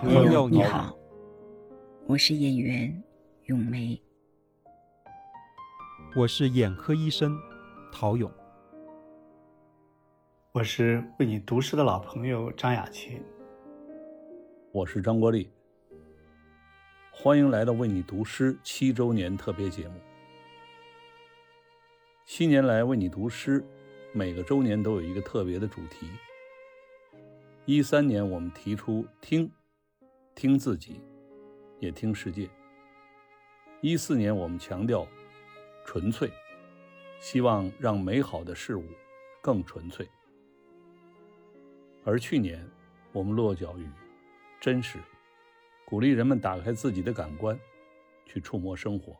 朋友你好，我是演员咏梅， 我是眼科医生陶勇， 我是为你读诗的老朋友张雅琴， 我是张国立。欢迎来到为你读诗7周年特别节目。7年来为你读诗，每个周年都有一个特别的主题。13年我们提出听自己，也听世界。14年我们强调纯粹，希望让美好的事物更纯粹。而去年我们落脚于真实，鼓励人们打开自己的感官，去触摸生活。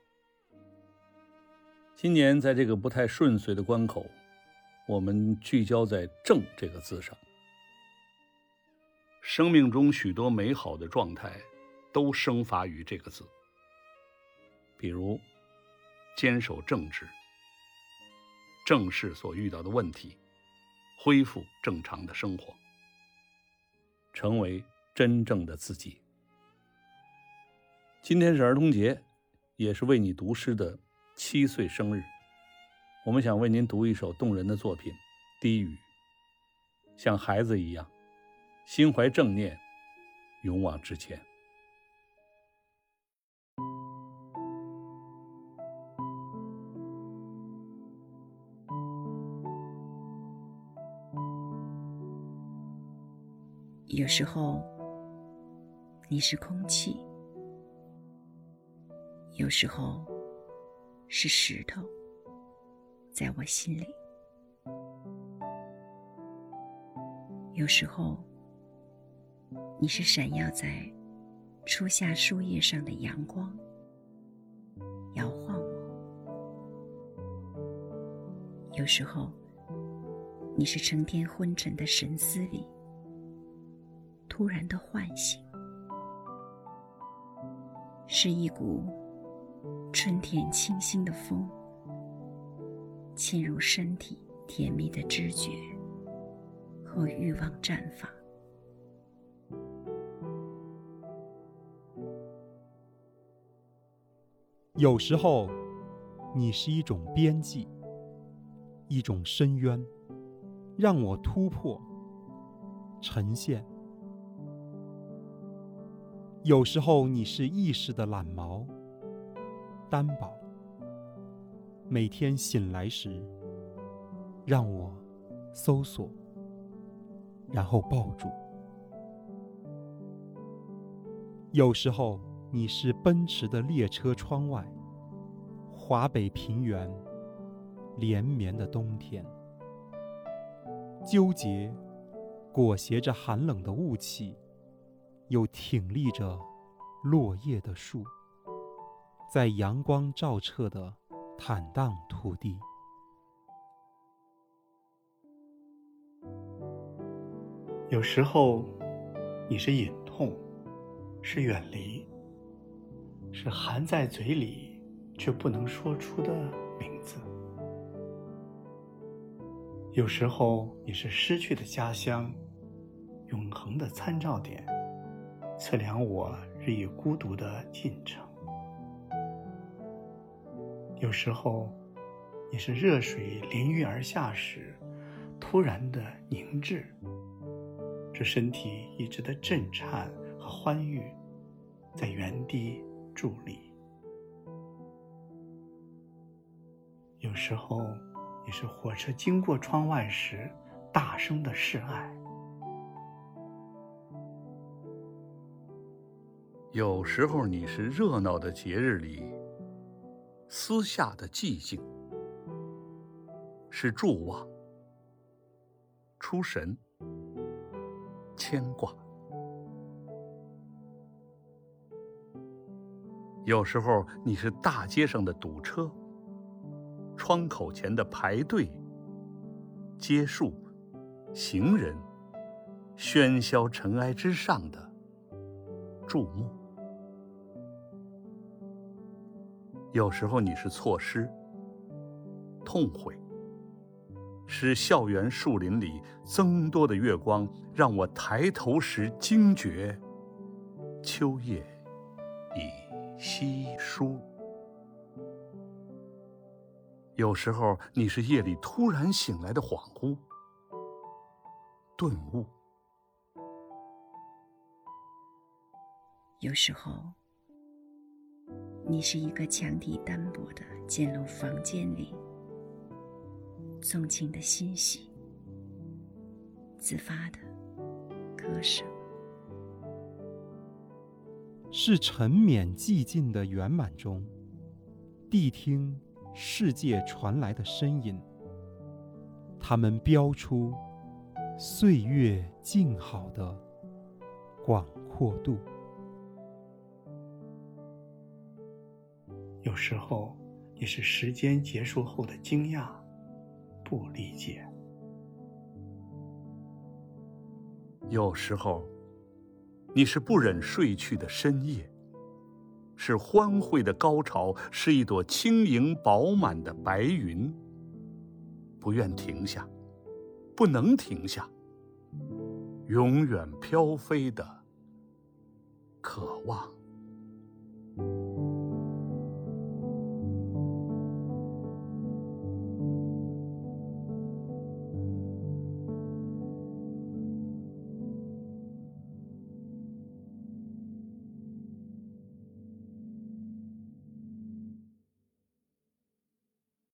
今年在这个不太顺遂的关口，我们聚焦在正这个字上。生命中许多美好的状态都生发于这个字，比如坚守正直，正视所遇到的问题，恢复正常的生活，成为真正的自己。今天是儿童节，也是为你读诗的7岁生日。我们想为您读一首动人的作品《低语》，像孩子一样，心怀正念，勇往直前。 有时候你是空气，有时候是石头，在我心里。有时候你是闪耀在初夏树叶上的阳光，摇晃我。有时候你是成天昏沉的神思里突然的唤醒，是一股春天清新的风，沁入身体甜蜜的知觉和欲望绽放。 有时候你是一种边际，一种深渊，让我突破呈现。有时候你是意识的懒毛单薄，每天醒来时让我搜索，然后抱住。有时候你是奔驰的列车窗外，华北平原连绵的冬天，纠结裹挟着寒冷的雾气，又挺立着落叶的树，在阳光照彻的坦荡土地。 有时候你是隐痛，是远离，是含在嘴里却不能说出的名字。有时候你是失去的家乡，永恒的参照点，测量我日益孤独的进程。有时候你是热水淋浴而下时突然的凝滞，使身体一直的震颤和欢愉在原地伫立。有时候你是火车经过窗外时大声的示爱。 有时候你是热闹的节日里私下的寂静，是伫望、出神、牵挂。有时候你是大街上的堵车，窗口前的排队，街树、行人，喧嚣尘埃之上的注目。有时候你是错失、痛悔，是校园树林里增多的月光让我抬头时惊觉秋夜已稀疏。有时候你是夜里突然醒来的恍惚、顿悟。 有时候你是一个墙体单薄的进入房间里，纵情的欣喜，自发的歌声， 是沉湎寂静的圆满中，谛听世界传来的声音，它们标出岁月静好的广阔度。 有时候也是时间结束后的惊讶，不理解。 有时候你是不忍睡去的深夜，是欢会的高潮，是一朵轻盈饱满的白云，不愿停下，不能停下，永远飘飞的渴望。